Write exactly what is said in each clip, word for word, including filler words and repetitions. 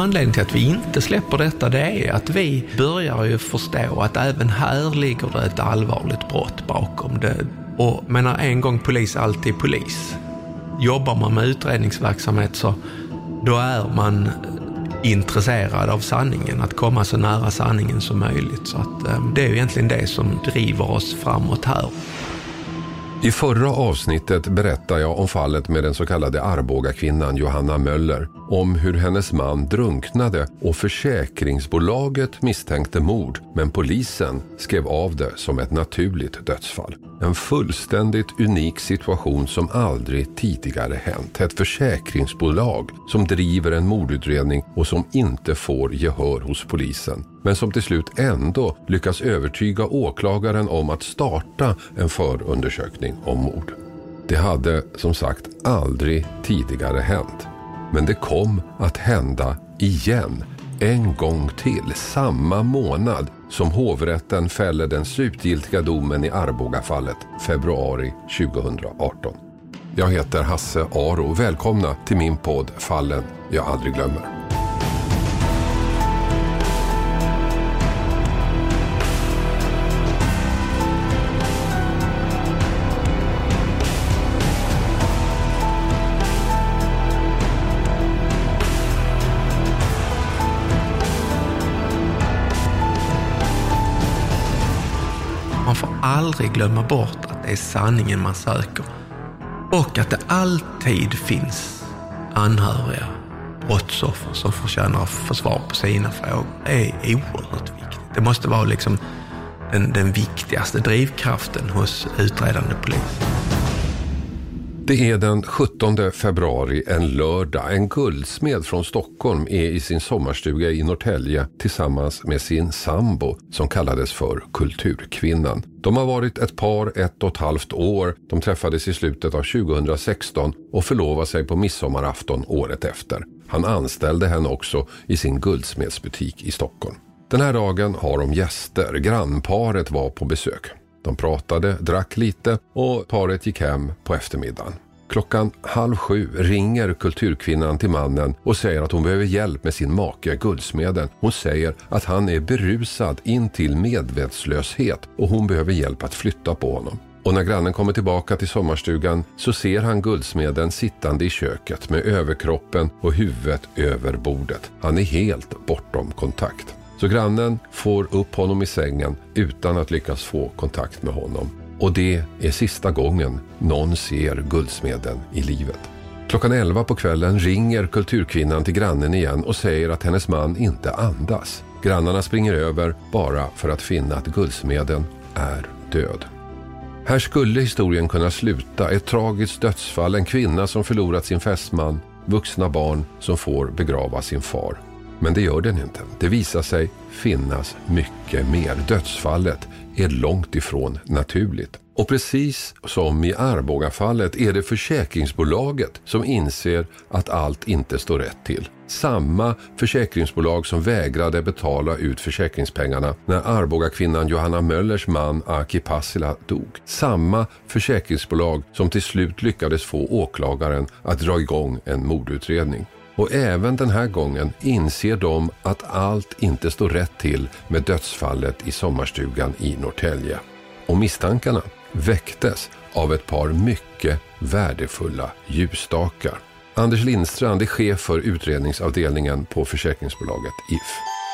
anledningen till att vi inte släpper detta, det är att vi börjar ju förstå att även här ligger det ett allvarligt brott bakom det. Och menar, en gång polis, alltid polis. Jobbar man med utredningsverksamhet så då är man intresserad av sanningen, att komma så nära sanningen som möjligt. Så att, eh, det är ju egentligen det som driver oss framåt här. I förra avsnittet berättar jag om fallet med den så kallade Arboga-kvinnan Johanna Möller, om hur hennes man drunknade och försäkringsbolaget misstänkte mord, men polisen skrev av det som ett naturligt dödsfall. En fullständigt unik situation som aldrig tidigare hänt. Ett försäkringsbolag som driver en mordutredning och som inte får gehör hos polisen, men som till slut ändå lyckas övertyga åklagaren om att starta en förundersökning om mord. Det hade som sagt aldrig tidigare hänt. Men det kom att hända igen, en gång till, samma månad som hovrätten fäller den slutgiltiga domen i Arboga-fallet, februari tjugohundraarton. Jag heter Hasse Aro. Välkomna till min podd Fallen jag aldrig glömmer. Man får aldrig glömma bort att det är sanningen man söker. Och att det alltid finns anhöriga, brottsoffer som förtjänar att få svar på sina frågor. Det är oerhört viktigt. Det måste vara liksom den, den viktigaste drivkraften hos utredande polis. Det är den sjuttonde februari, en lördag. En guldsmed från Stockholm är i sin sommarstuga i Norrtälje tillsammans med sin sambo som kallades för Kulturkvinnan. De har varit ett par ett och ett halvt år. De träffades i slutet av tjugohundrasexton och förlovade sig på midsommarafton året efter. Han anställde henne också i sin guldsmedsbutik i Stockholm. Den här dagen har de gäster. Grannparet var på besök. De pratade, drack lite och paret gick hem på eftermiddagen. Klockan halv sju ringer Kulturkvinnan till mannen och säger att hon behöver hjälp med sin make, guldsmeden. Hon säger att han är berusad in till medvetslöshet och hon behöver hjälp att flytta på honom. Och när grannen kommer tillbaka till sommarstugan så ser han guldsmeden sittande i köket med överkroppen och huvudet över bordet. Han är helt bortom kontakt. Så grannen får upp honom i sängen utan att lyckas få kontakt med honom. Och det är sista gången någon ser guldsmeden i livet. Klockan elva på kvällen ringer Kulturkvinnan till grannen igen och säger att hennes man inte andas. Grannarna springer över bara för att finna att guldsmeden är död. Här skulle historien kunna sluta. Ett tragiskt dödsfall, en kvinna som förlorat sin fästman, vuxna barn som får begrava sin far. Men det gör den inte. Det visar sig finnas mycket mer. Dödsfallet är långt ifrån naturligt. Och precis som i Arboga-fallet är det försäkringsbolaget som inser att allt inte står rätt till. Samma försäkringsbolag som vägrade betala ut försäkringspengarna när Arboga-kvinnan Johanna Möllers man Aki Passila dog. Samma försäkringsbolag som till slut lyckades få åklagaren att dra igång en mordutredning. Och även den här gången inser de att allt inte står rätt till med dödsfallet i sommarstugan i Norrtälje. Och misstankarna väcktes av ett par mycket värdefulla ljusstakar. Anders Lindstrand är chef för utredningsavdelningen på försäkringsbolaget I F.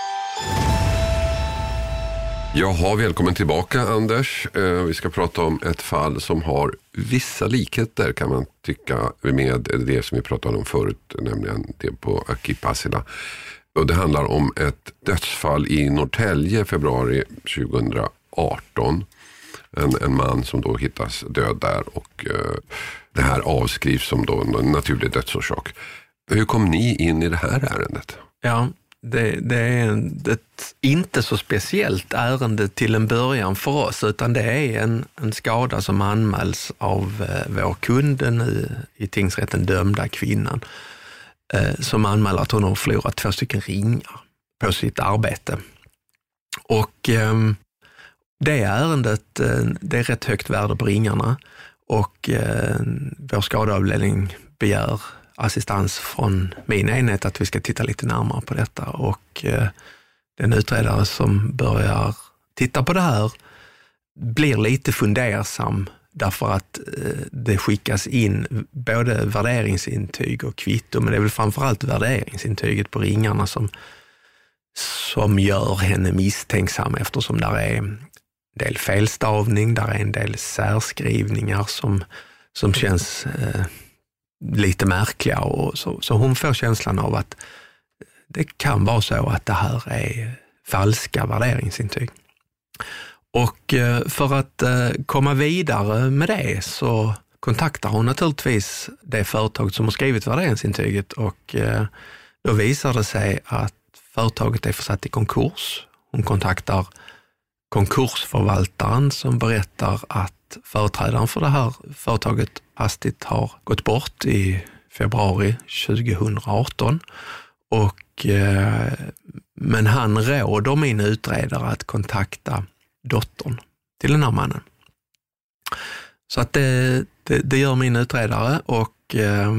Jaha, välkommen tillbaka Anders. Vi ska prata om ett fall som har vissa likheter kan man tycka med det som vi pratade om förut, nämligen det på Aki Passila. Och det handlar om ett dödsfall i Norrtälje februari tjugohundraarton. En, en man som då hittas död där och eh, det här avskrivs som då en naturlig dödsorsak. Hur kom ni in i det här ärendet? Ja, det, det är ett inte så speciellt ärende till en början för oss, utan det är en, en skada som anmäls av eh, vår kunden i, i tingsrätten dömda kvinnan eh, som anmäler att hon har förlorat två stycken ringar på sitt arbete. Och eh, det ärendet, eh, det är rätt högt värde på ringarna och eh, vår skadeavdelning begär assistans från min enhet att vi ska titta lite närmare på detta. Och eh, den utredare som börjar titta på det här blir lite fundersam därför att eh, det skickas in både värderingsintyg och kvitto, men det är väl framförallt värderingsintyget på ringarna som, som gör henne misstänksam, eftersom där är en del felstavning, där är en del särskrivningar som, som känns eh, lite märkliga, och så, så hon får känslan av att det kan vara så att det här är falska värderingsintyg. Och för att komma vidare med det så kontaktar hon naturligtvis det företag som har skrivit värderingsintyget, och då visar det sig att företaget är försatt i konkurs. Hon kontaktar konkursförvaltaren som berättar att företrädaren för det här företaget hastigt har gått bort i februari tjugohundraarton, och, men han råder min utredare att kontakta dottern till den här mannen. Så att det, det, det gör min utredare, och eh,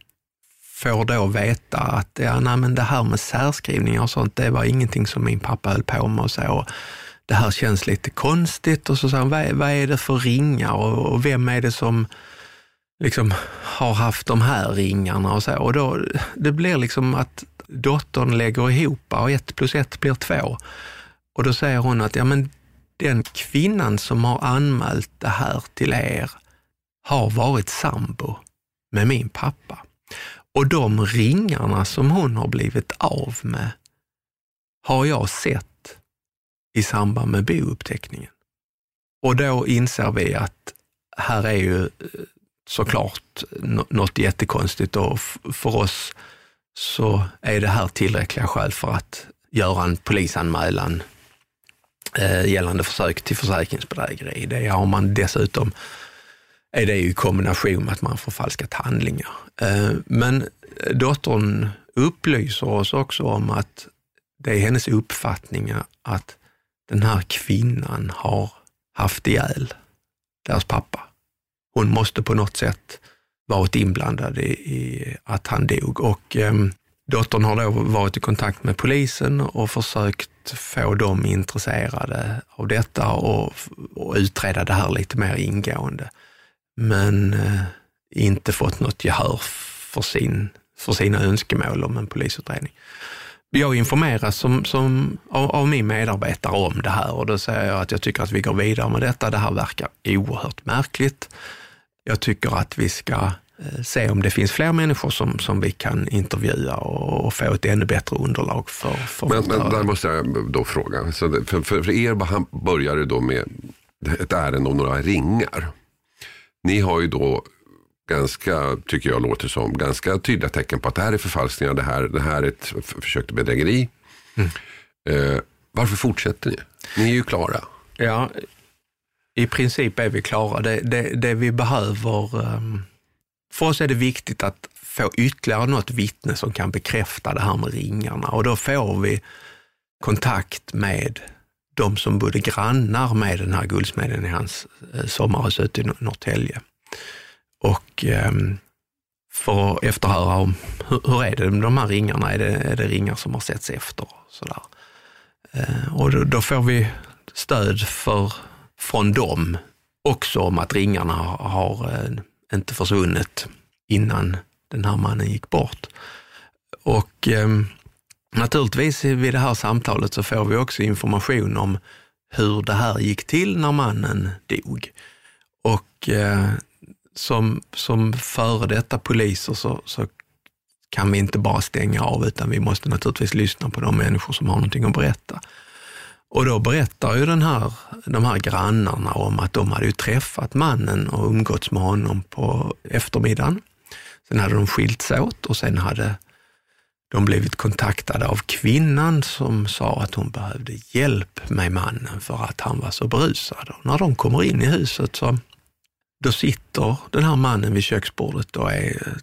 får då veta att ja, nej, men det här med särskrivningar och sånt, det var ingenting som min pappa höll på med och så. Det här känns lite konstigt, och så sa han, vad, vad är det för ringar och, och vem är det som liksom har haft de här ringarna och så. Och då, det blir liksom att dottern lägger ihop och ett plus ett blir två. Och då säger hon att ja, men den kvinnan som har anmält det här till er har varit sambo med min pappa. Och de ringarna som hon har blivit av med har jag sett i samband med bouppteckningen. Och då inser vi att här är ju såklart något jättekonstigt, och för oss så är det här tillräckliga skäl för att göra en polisanmälan eh, gällande försök till försäkringsbedrägeri. Det har man dessutom, är det ju i kombination med att man får förfalskat handlingar. Eh, men dottern upplyser oss också om att det är hennes uppfattning att den här kvinnan har haft ihjäl deras pappa. Hon måste på något sätt varit inblandad i, i att han dog, och eh, dottern har då varit i kontakt med polisen och försökt få dem intresserade av detta och, och utreda det här lite mer ingående. Men eh, inte fått något gehör för, sin, för sina önskemål om en polisutredning. Jag informeras som, som, av, av min medarbetare om det här, och då säger jag att jag tycker att vi går vidare med detta. Det här verkar oerhört märkligt. Jag tycker att vi ska eh, se om det finns fler människor som, som vi kan intervjua och, och få ett ännu bättre underlag för. för men, men där måste jag då fråga. Så det, för, för, för er började då med ett ärende om några ringar. Ni har ju då ganska, tycker jag låter som, ganska tydliga tecken på att det här är förfalskningar, det här, det här är ett försök till bedrägeri. Mm. Eh, varför fortsätter ni? Ni är ju klara. Ja, i princip är vi klara. Det, det, det vi behöver, um, för oss är det viktigt att få ytterligare något vittne som kan bekräfta det här med ringarna, och då får vi kontakt med de som bodde grannar med den här guldsmeden i hans eh, sommarhus ute i Norrtälje. Och eh, för att efterhöra om hur, hur är det med de här ringarna, är det, är det ringar som har setts efter och sådär. Eh, och då, då får vi stöd för, från dem också om att ringarna har, har eh, inte försvunnit innan den här mannen gick bort. Och eh, naturligtvis vid det här samtalet så får vi också information om hur det här gick till när mannen dog. Och eh, som, som före detta poliser så, så kan vi inte bara stänga av, utan vi måste naturligtvis lyssna på de människor som har någonting att berätta. Och då berättar ju den här, de här grannarna om att de hade ju träffat mannen och umgåtts med honom på eftermiddagen. Sen hade de skilts åt, och sen hade de blivit kontaktade av kvinnan som sa att hon behövde hjälp med mannen för att han var så berusad. Och när de kommer in i huset så då sitter den här mannen vid köksbordet och är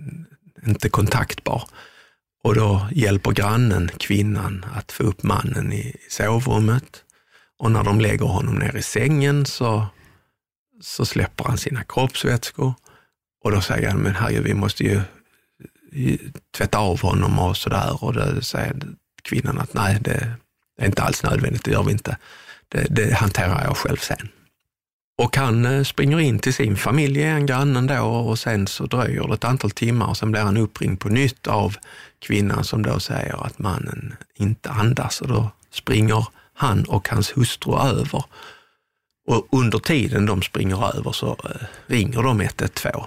inte kontaktbar. Och då hjälper grannen kvinnan att få upp mannen i sovrummet. Och när de lägger honom ner i sängen så, så släpper han sina kroppsvätskor. Och då säger han, men herre, vi måste ju tvätta av honom och sådär. Och då säger kvinnan att nej, det är inte alls nödvändigt, det gör vi inte. Det, det hanterar jag själv sen. Och han springer in till sin familj, en grannen då, och sen så dröjer det ett antal timmar och sen blir han uppringd på nytt av kvinnan som då säger att mannen inte andas, och då springer han och hans hustru över. Och under tiden de springer över så ringer de ett ett två.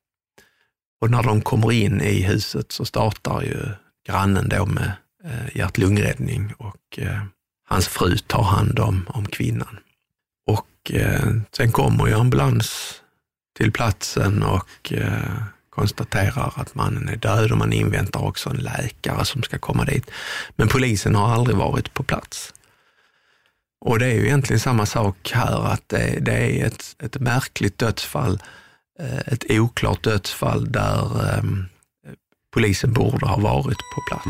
Och när de kommer in i huset så startar ju grannen då med hjärt-lungräddning och hans fru tar hand om, om kvinnan. Och eh, sen kommer ju ambulans till platsen och eh, konstaterar att mannen är död, och man inväntar också en läkare som ska komma dit. Men polisen har aldrig varit på plats. Och det är ju egentligen samma sak här, att det, det är ett, ett märkligt dödsfall, eh, ett oklart dödsfall där eh, polisen borde ha varit på plats.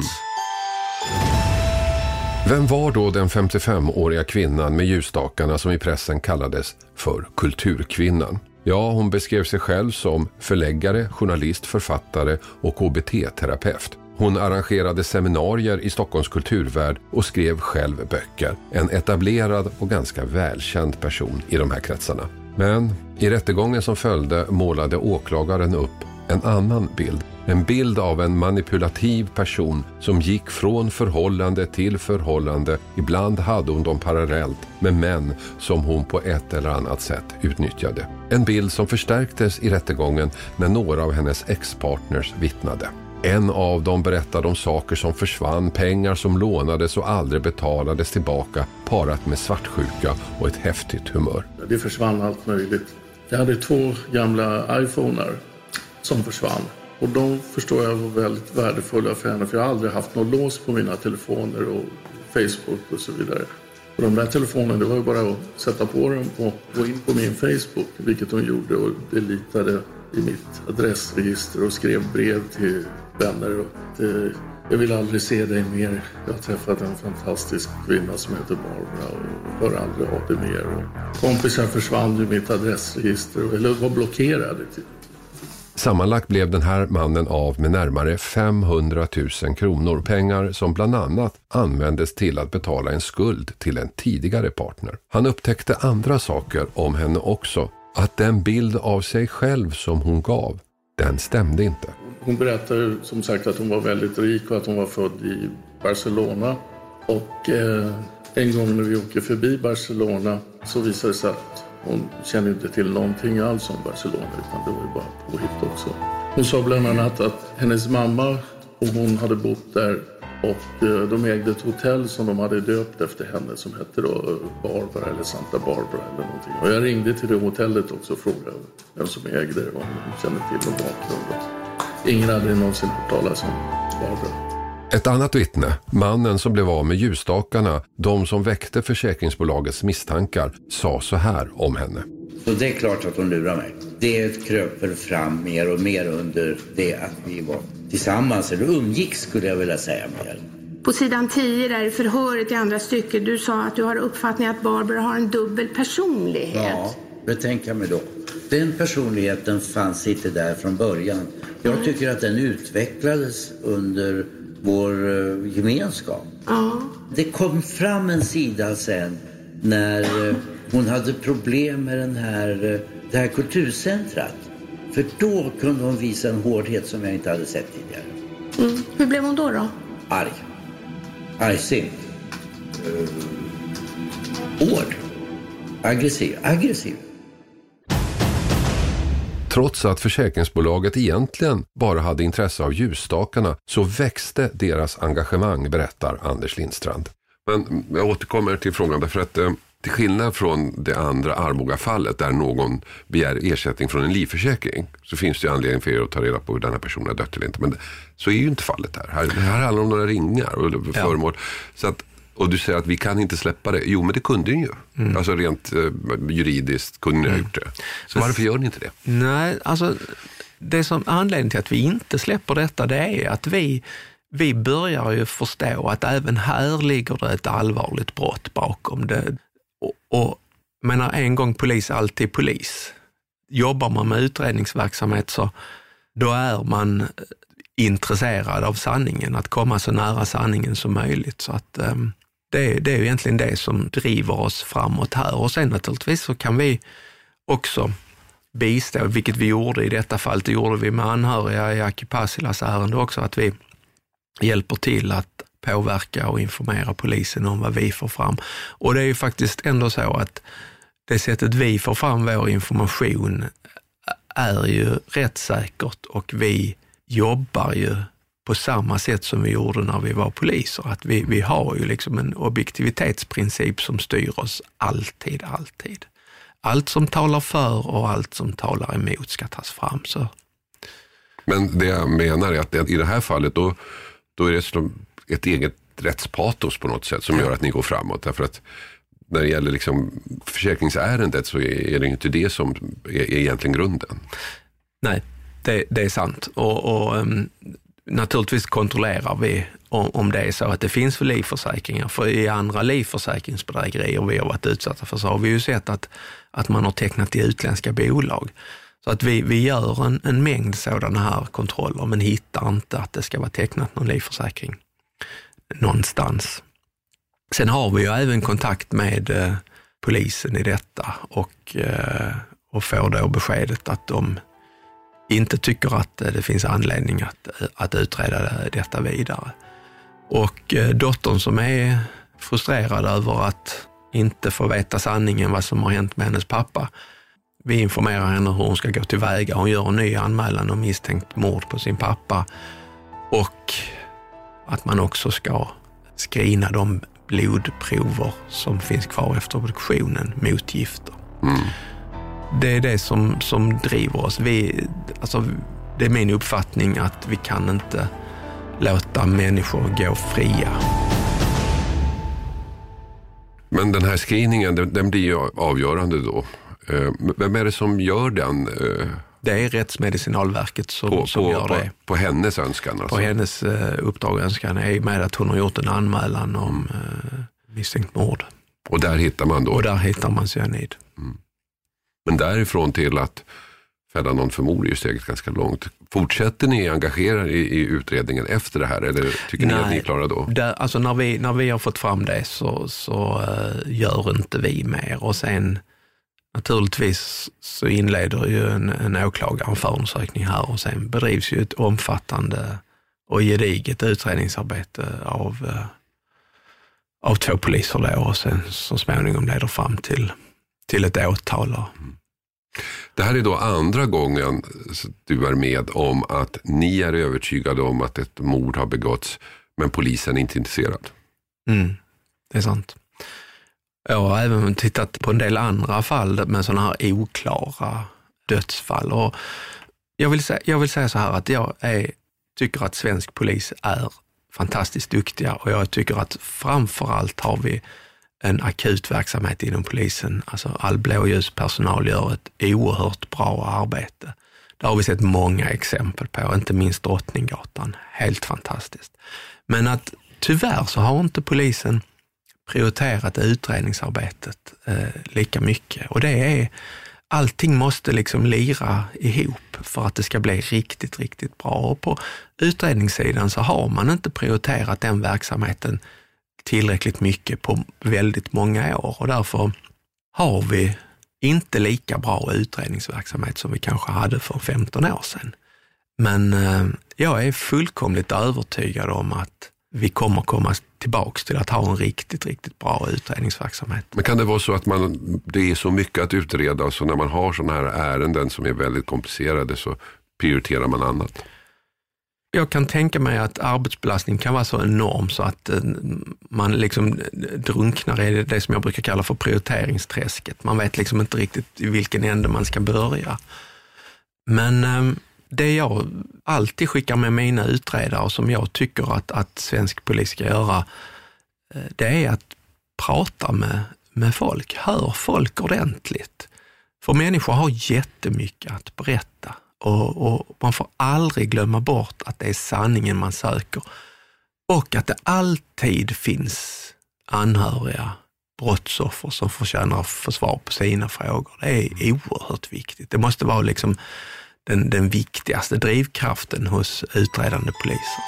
Mm. Vem var då den femtiofemåriga kvinnan med ljusstakarna som i pressen kallades för kulturkvinnan? Ja, hon beskrev sig själv som förläggare, journalist, författare och K B T-terapeut. Hon arrangerade seminarier i Stockholms kulturvärld och skrev själv böcker. En etablerad och ganska välkänd person i de här kretsarna. Men i rättegången som följde målade åklagaren upp en annan bild. En bild av en manipulativ person som gick från förhållande till förhållande. Ibland hade hon dem parallellt med män som hon på ett eller annat sätt utnyttjade. En bild som förstärktes i rättegången när några av hennes ex-partners vittnade. En av dem berättade om saker som försvann, pengar som lånades och aldrig betalades tillbaka, parat med svartsjuka och ett häftigt humör. Det försvann allt möjligt. Jag hade två gamla iPhoner som försvann. Och de förstår jag var väldigt värdefulla för henne, för jag har aldrig haft något lås på mina telefoner och Facebook och så vidare. Och de där telefonerna, det var ju bara att sätta på dem och gå in på min Facebook, vilket hon gjorde, och delitade i mitt adressregister och skrev brev till vänner. Och det, jag vill aldrig se dig mer. Jag har träffat en fantastisk kvinna som heter Barbara och hör aldrig av det mer. Och kompisar försvann ju mitt adressregister, eller var blockerade typ. Sammanlagt blev den här mannen av med närmare femhundratusen kronor, pengar som bland annat användes till att betala en skuld till en tidigare partner. Han upptäckte andra saker om henne också, att den bild av sig själv som hon gav, den stämde inte. Hon berättade som sagt att hon var väldigt rik och att hon var född i Barcelona. Och eh, en gång när vi åker förbi Barcelona så visade det sig att hon kände inte till någonting alls om Barcelona, utan det var ju bara påhitt också. Hon sa bland annat att hennes mamma och hon hade bott där, och de ägde ett hotell som de hade döpt efter henne som hette då Barbara eller Santa Barbara eller någonting. Och jag ringde till det hotellet också och frågade vem som ägde det och om de kände till någon bakgrund. Ingen hade någonsin hört talas om Barbara. Ett annat vittne, mannen som blev av med ljusstakarna, de som väckte försäkringsbolagets misstankar, sa så här om henne. Så det är klart att hon lurar mig. Det kröper fram mer och mer under det att vi var tillsammans, eller umgicks skulle jag vilja säga mer. På sidan tio där i förhöret i andra stycket, du sa att du har uppfattningen att Barbara har en dubbel personlighet. Ja, betänka mig då. Den personligheten fanns inte där från början. Jag tycker att den utvecklades under vår gemenskap. Ja. Det kom fram en sida sen när hon hade problem med den här, det här kulturcentrat. För då kunde hon visa en hårdhet som jag inte hade sett tidigare. Mm. Hur blev hon då då? Arg. Argsint. Uh, hård. Aggressiv. Aggressiv. Trots att försäkringsbolaget egentligen bara hade intresse av ljusstakarna så växte deras engagemang, berättar Anders Lindstrand. Men jag återkommer till frågan därför att eh, till skillnad från det andra Arboga-fallet där någon begär ersättning från en livförsäkring så finns det ju anledning för er att ta reda på hur den här personen har dött eller inte. Men så är ju inte fallet här. här det här handlar om några ringar och föremål. Ja. Så att, och du säger att vi kan inte släppa det. Jo, men det kunde ni ju. Mm. Alltså rent eh, juridiskt kunde ni ha gjort det. Så varför gör ni inte det? Nej, alltså det som anledningen till att vi inte släpper detta, det är att vi, vi börjar ju förstå att även här ligger det ett allvarligt brott bakom det. Och, och menar, en gång polis, alltid polis. Jobbar man med utredningsverksamhet så då är man intresserad av sanningen, att komma så nära sanningen som möjligt. Så att um, det, det är ju egentligen det som driver oss framåt här. Och sen naturligtvis så kan vi också bistå, vilket vi gjorde i detta fall, det gjorde vi med anhöriga i Aki Pasilas ärende också, att vi hjälper till att påverka och informera polisen om vad vi får fram. Och det är ju faktiskt ändå så att det sättet vi får fram vår information är ju rättssäkert, och vi jobbar ju på samma sätt som vi gjorde när vi var poliser. Att vi, vi har ju liksom en objektivitetsprincip som styr oss alltid, alltid. Allt som talar för och allt som talar emot ska tas fram. Så. Men det jag menar är att i det här fallet då, då är det som ett eget rättspatos på något sätt som gör att ni går framåt. Därför att när det gäller liksom försäkringsärendet så är det inte det som är egentligen grunden. Nej, det, det är sant. Och, och um, naturligtvis kontrollerar vi om, om det är så att det finns för livförsäkringar. För i andra livförsäkringsbedrägerier vi har varit utsatta för så har vi ju sett att, att man har tecknat i utländska bolag. Så att vi, vi gör en, en mängd sådana här kontroller, men hittar inte att det ska vara tecknat någon livförsäkring någonstans. Sen har vi ju även kontakt med eh, polisen i detta och, eh, och får då beskedet att de inte tycker att eh, det finns anledning att, att utreda detta vidare. Och eh, dottern som är frustrerad över att inte få veta sanningen vad som har hänt med hennes pappa, vi informerar henne hur hon ska gå tillväga. Hon gör en ny anmälan om misstänkt mord på sin pappa, och att man också ska screena de blodprover som finns kvar efter obduktionen mot gifter. Mm. Det är det som, som driver oss. Vi, alltså, det är min uppfattning att vi kan inte låta människor gå fria. Men den här screeningen, den, den blir ju avgörande då. Vem är det som gör den? Det är Rättsmedicinalverket som, på, som på, gör på, det. På hennes önskan alltså? På hennes uh, uppdrag och önskan är med att hon har gjort en anmälan om uh, misstänkt mord. Och där hittar man då? Och där hittar man cyanid. Mm. Men därifrån till att fälla någon för mord är ju steget ganska långt. Fortsätter ni engagera i, i utredningen efter det här, eller tycker Nej, ni att ni är klara då? Där, alltså när vi, när vi har fått fram det så, så uh, gör inte vi mer. Och sen naturligtvis så inleder ju en, en åklagare en förundersökning här, och sen bedrivs ju ett omfattande och gediget utredningsarbete av, uh, av två poliser då, och sen så småningom leder fram till, till ett åtal. Mm. Det här är då andra gången du är med om att ni är övertygade om att ett mord har begåtts, men polisen är inte intresserad. Mm, det är sant. Jag har även tittat på en del andra fall med sådana här oklara dödsfall. Och jag, vill säga, jag vill säga så här att jag är, tycker att svensk polis är fantastiskt duktiga, och jag tycker att framförallt har vi en akut verksamhet inom polisen. Alltså all blåljuspersonal gör ett oerhört bra arbete. Det har vi sett många exempel på, inte minst Drottninggatan. Helt fantastiskt. Men att tyvärr så har inte polisen prioriterat utredningsarbetet eh, lika mycket. Och det är, allting måste liksom lira ihop för att det ska bli riktigt, riktigt bra. Och på utredningssidan så har man inte prioriterat den verksamheten tillräckligt mycket på väldigt många år, och därför har vi inte lika bra utredningsverksamhet som vi kanske hade för femton år sedan. Men eh, jag är fullkomligt övertygad om att vi kommer komma tillbaka till att ha en riktigt, riktigt bra utredningsverksamhet. Men kan det vara så att man, det är så mycket att utreda, så när man har sådana här ärenden som är väldigt komplicerade så prioriterar man annat? Jag kan tänka mig att arbetsbelastning kan vara så enorm så att man liksom drunknar i det som jag brukar kalla för prioriteringsträsket. Man vet liksom inte riktigt i vilken ände man ska börja. Men det jag alltid skickar med mina utredare, och som jag tycker att, att svensk polis ska göra, det är att prata med, med folk. Hör folk ordentligt. För människor har jättemycket att berätta. Och, och man får aldrig glömma bort att det är sanningen man söker. Och att det alltid finns anhöriga brottsoffer som förtjänar att få svar på sina frågor. Det är oerhört viktigt. Det måste vara liksom den, den viktigaste drivkraften hos utredande poliser.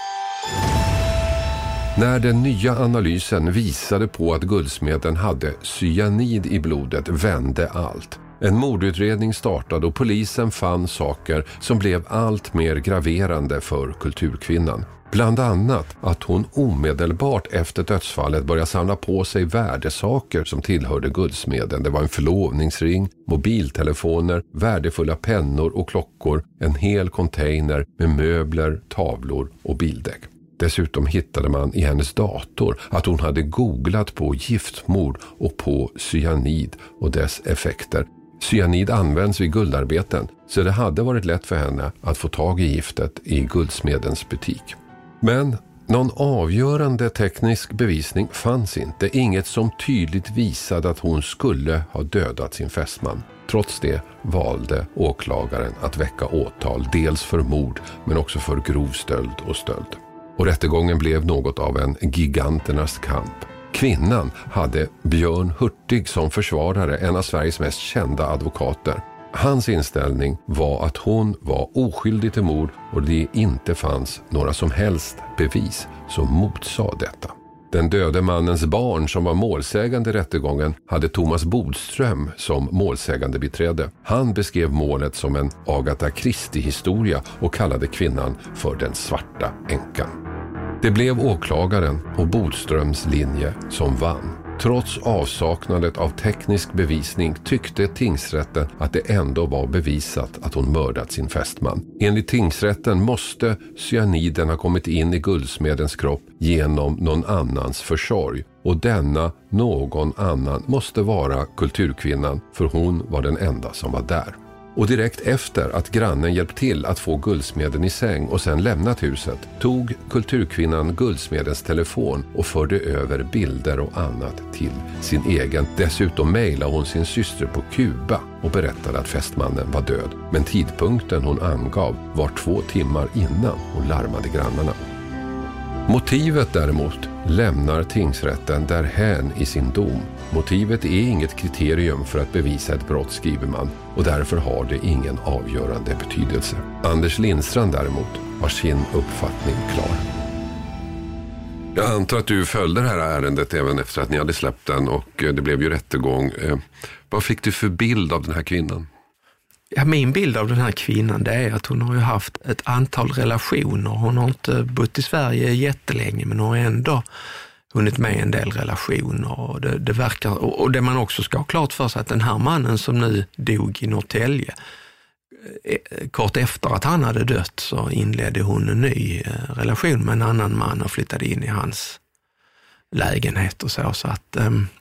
När den nya analysen visade på att guldsmeden hade cyanid i blodet vände allt. En mordutredning startade och polisen fann saker som blev allt mer graverande för kulturkvinnan. Bland annat att hon omedelbart efter dödsfallet började samla på sig värdesaker som tillhörde guldsmeden. Det var en förlovningsring, mobiltelefoner, värdefulla pennor och klockor, en hel container med möbler, tavlor och bildäck. Dessutom hittade man i hennes dator att hon hade googlat på giftmord och på cyanid och dess effekter. Cyanid används vid guldarbeten, så det hade varit lätt för henne att få tag i giftet i guldsmedens butik. Men någon avgörande teknisk bevisning fanns inte. Inget som tydligt visade att hon skulle ha dödat sin fästman. Trots det valde åklagaren att väcka åtal, dels för mord men också för grov stöld och stöld. Och rättegången blev något av en giganternas kamp. Kvinnan hade Björn Hurtig som försvarare, en av Sveriges mest kända advokater. Hans inställning var att hon var oskyldig till mord och det inte fanns några som helst bevis som motsade detta. Den döde mannens barn som var målsägande i rättegången hade Thomas Bodström som målsägande beträde. Han beskrev målet som en Agatha Christie-historia och kallade kvinnan för den svarta änkan. Det blev åklagaren och Bodströms linje som vann. Trots avsaknadet av teknisk bevisning tyckte tingsrätten att det ändå var bevisat att hon mördat sin fästman. Enligt tingsrätten måste cyaniden ha kommit in i guldsmedens kropp genom någon annans försorg. Och denna någon annan måste vara kulturkvinnan, för hon var den enda som var där. Och direkt efter att grannen hjälpt till att få guldsmeden i säng och sen lämnat huset tog kulturkvinnan guldsmedens telefon och förde över bilder och annat till sin egen. Dessutom mejlade hon sin syster på Kuba och berättade att fästmannen var död. Men tidpunkten hon angav var två timmar innan hon larmade grannarna. Motivet däremot lämnar tingsrätten därhän i sin dom. Motivet är inget kriterium för att bevisa ett brott, skriver man, och därför har det ingen avgörande betydelse. Anders Lindstrand däremot har sin uppfattning klar. Jag antar att du följde det här ärendet även efter att ni hade släppt den och det blev ju rättegång. Vad fick du för bild av den här kvinnan? Ja, min bild av den här kvinnan det är att hon har ju haft ett antal relationer. Hon har inte bott i Sverige jättelänge men hon har ändå hunnit med en del relationer. Och det, det verkar, och det man också ska ha klart för sig att den här mannen som nu dog i Norrtälje, kort efter att han hade dött så inledde hon en ny relation med en annan man och flyttade in i hans lägenhet och så. Så att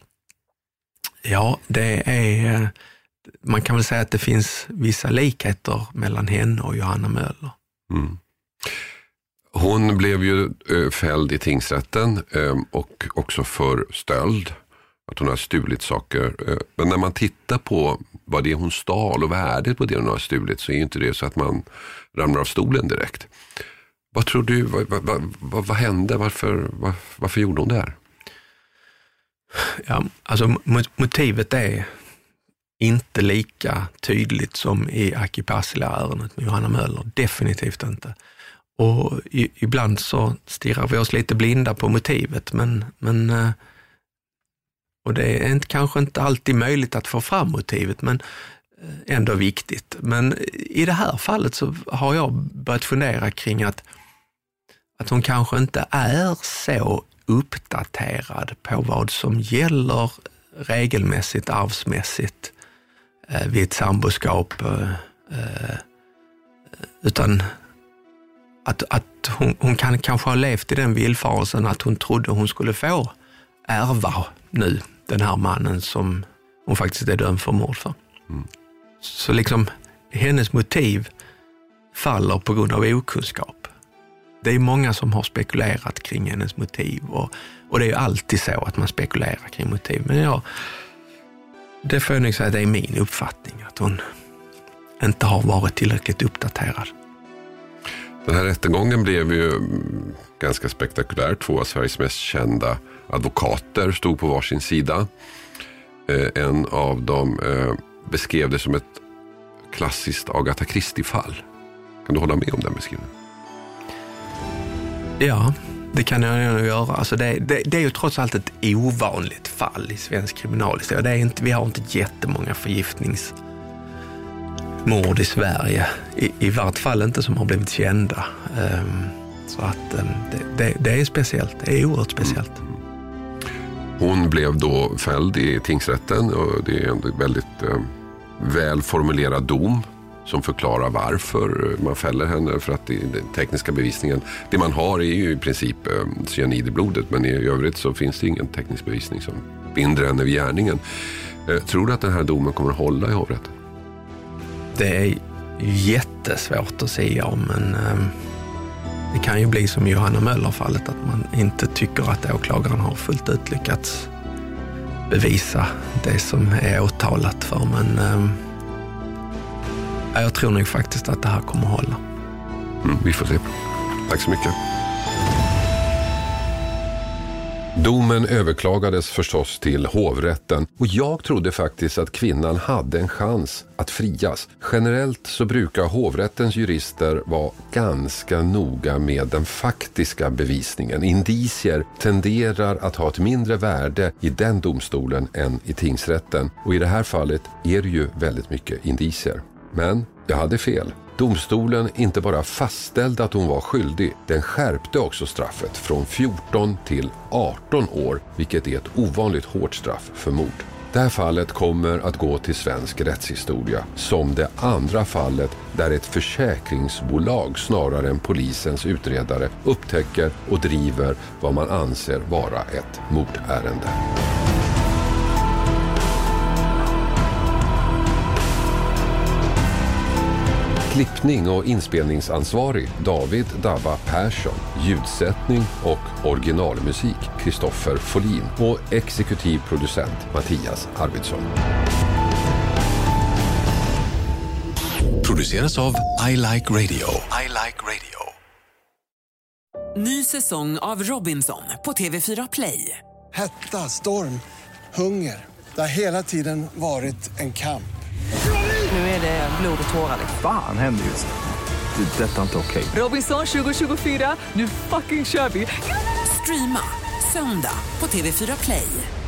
ja, det är... Man kan väl säga att det finns vissa likheter mellan henne och Johanna Möller. Mm. Hon blev ju fälld i tingsrätten och också för stöld. Att hon har stulit saker. Men när man tittar på vad det är hon stal och värdet på det hon har stulit så är inte det så att man ramlar av stolen direkt. Vad tror du, vad, vad, vad, vad hände? Varför, vad, varför gjorde hon det här? Ja, alltså motivet är inte lika tydligt som i Aki Pasila-ärendet med Johanna Möller. Definitivt inte. Och i, ibland så stirrar vi oss lite blinda på motivet. Men, men, och det är inte, kanske inte alltid möjligt att få fram motivet, men ändå viktigt. Men i det här fallet så har jag börjat fundera kring att, att hon kanske inte är så uppdaterad på vad som gäller regelmässigt, arvsmässigt vid ett samboskap, utan att, att hon, hon kan kanske ha levt i den villfarelsen att hon trodde hon skulle få ärva nu den här mannen som hon faktiskt är dömd för mord för. Mm. Så liksom hennes motiv faller på grund av okunskap. Det är många som har spekulerat kring hennes motiv och, och det är ju alltid så att man spekulerar kring motiv. Men ja, det får jag nog säga att det är min uppfattning att hon inte har varit tillräckligt uppdaterad. Den här rättegången blev ju ganska spektakulär. Två av Sveriges mest kända advokater stod på varsin sida. En av dem beskrev det som ett klassiskt Agatha Christie-fall. Kan du hålla med om den beskrivningen? Ja, det kan jag nog göra. Alltså det, det, det är ju trots allt ett ovanligt fall i svensk kriminalhistoria. Det är inte, vi har inte jättemånga förgiftningsmord i Sverige. I, i vart fall inte som har blivit kända. Um, så att um, det, det, det är speciellt. Det är oerhört speciellt. Mm. Hon blev då fälld i tingsrätten och det är en väldigt eh, väl formulerad dom som förklarar varför man fäller henne, för att det, den tekniska bevisningen, det man har är ju i princip eh, cyanid i blodet, men i övrigt så finns det ingen teknisk bevisning som binder henne vid gärningen. Eh, tror du att den här domen kommer att hålla i hovrätten? Det är jättesvårt att säga om, men eh, det kan ju bli som i Johanna Möller-fallet, att man inte tycker att åklagaren har fullt ut lyckats bevisa det som är åtalat för, men eh, jag tror nog faktiskt att det här kommer att hålla. Mm, vi får se. Tack så mycket. Domen överklagades förstås till hovrätten och jag trodde faktiskt att kvinnan hade en chans att frias. Generellt så brukar hovrättens jurister vara ganska noga med den faktiska bevisningen. Indicier tenderar att ha ett mindre värde i den domstolen än i tingsrätten, och i det här fallet är det ju väldigt mycket indicier. Men jag hade fel. Domstolen inte bara fastställde att hon var skyldig, den skärpte också straffet från fjorton till arton år, vilket är ett ovanligt hårt straff för mord. Det här fallet kommer att gå till svensk rättshistoria som det andra fallet där ett försäkringsbolag snarare än polisens utredare upptäcker och driver vad man anser vara ett mordärende. Klippning och inspelningsansvarig David Dabba Persson, ljudsättning och originalmusik Kristoffer Folin och exekutiv producent Mattias Arvidsson. Produceras av I Like Radio. I Like Radio. Ny säsong av Robinson på T V fyra Play. Hetta, storm, hunger. Det har hela tiden varit en kamp. Nu är det blod och tårar. Fan händer just det. Det är detta inte okej. Robinson tjugo tjugofyra, nu fucking kör vi. Streama söndag på T V fyra Play.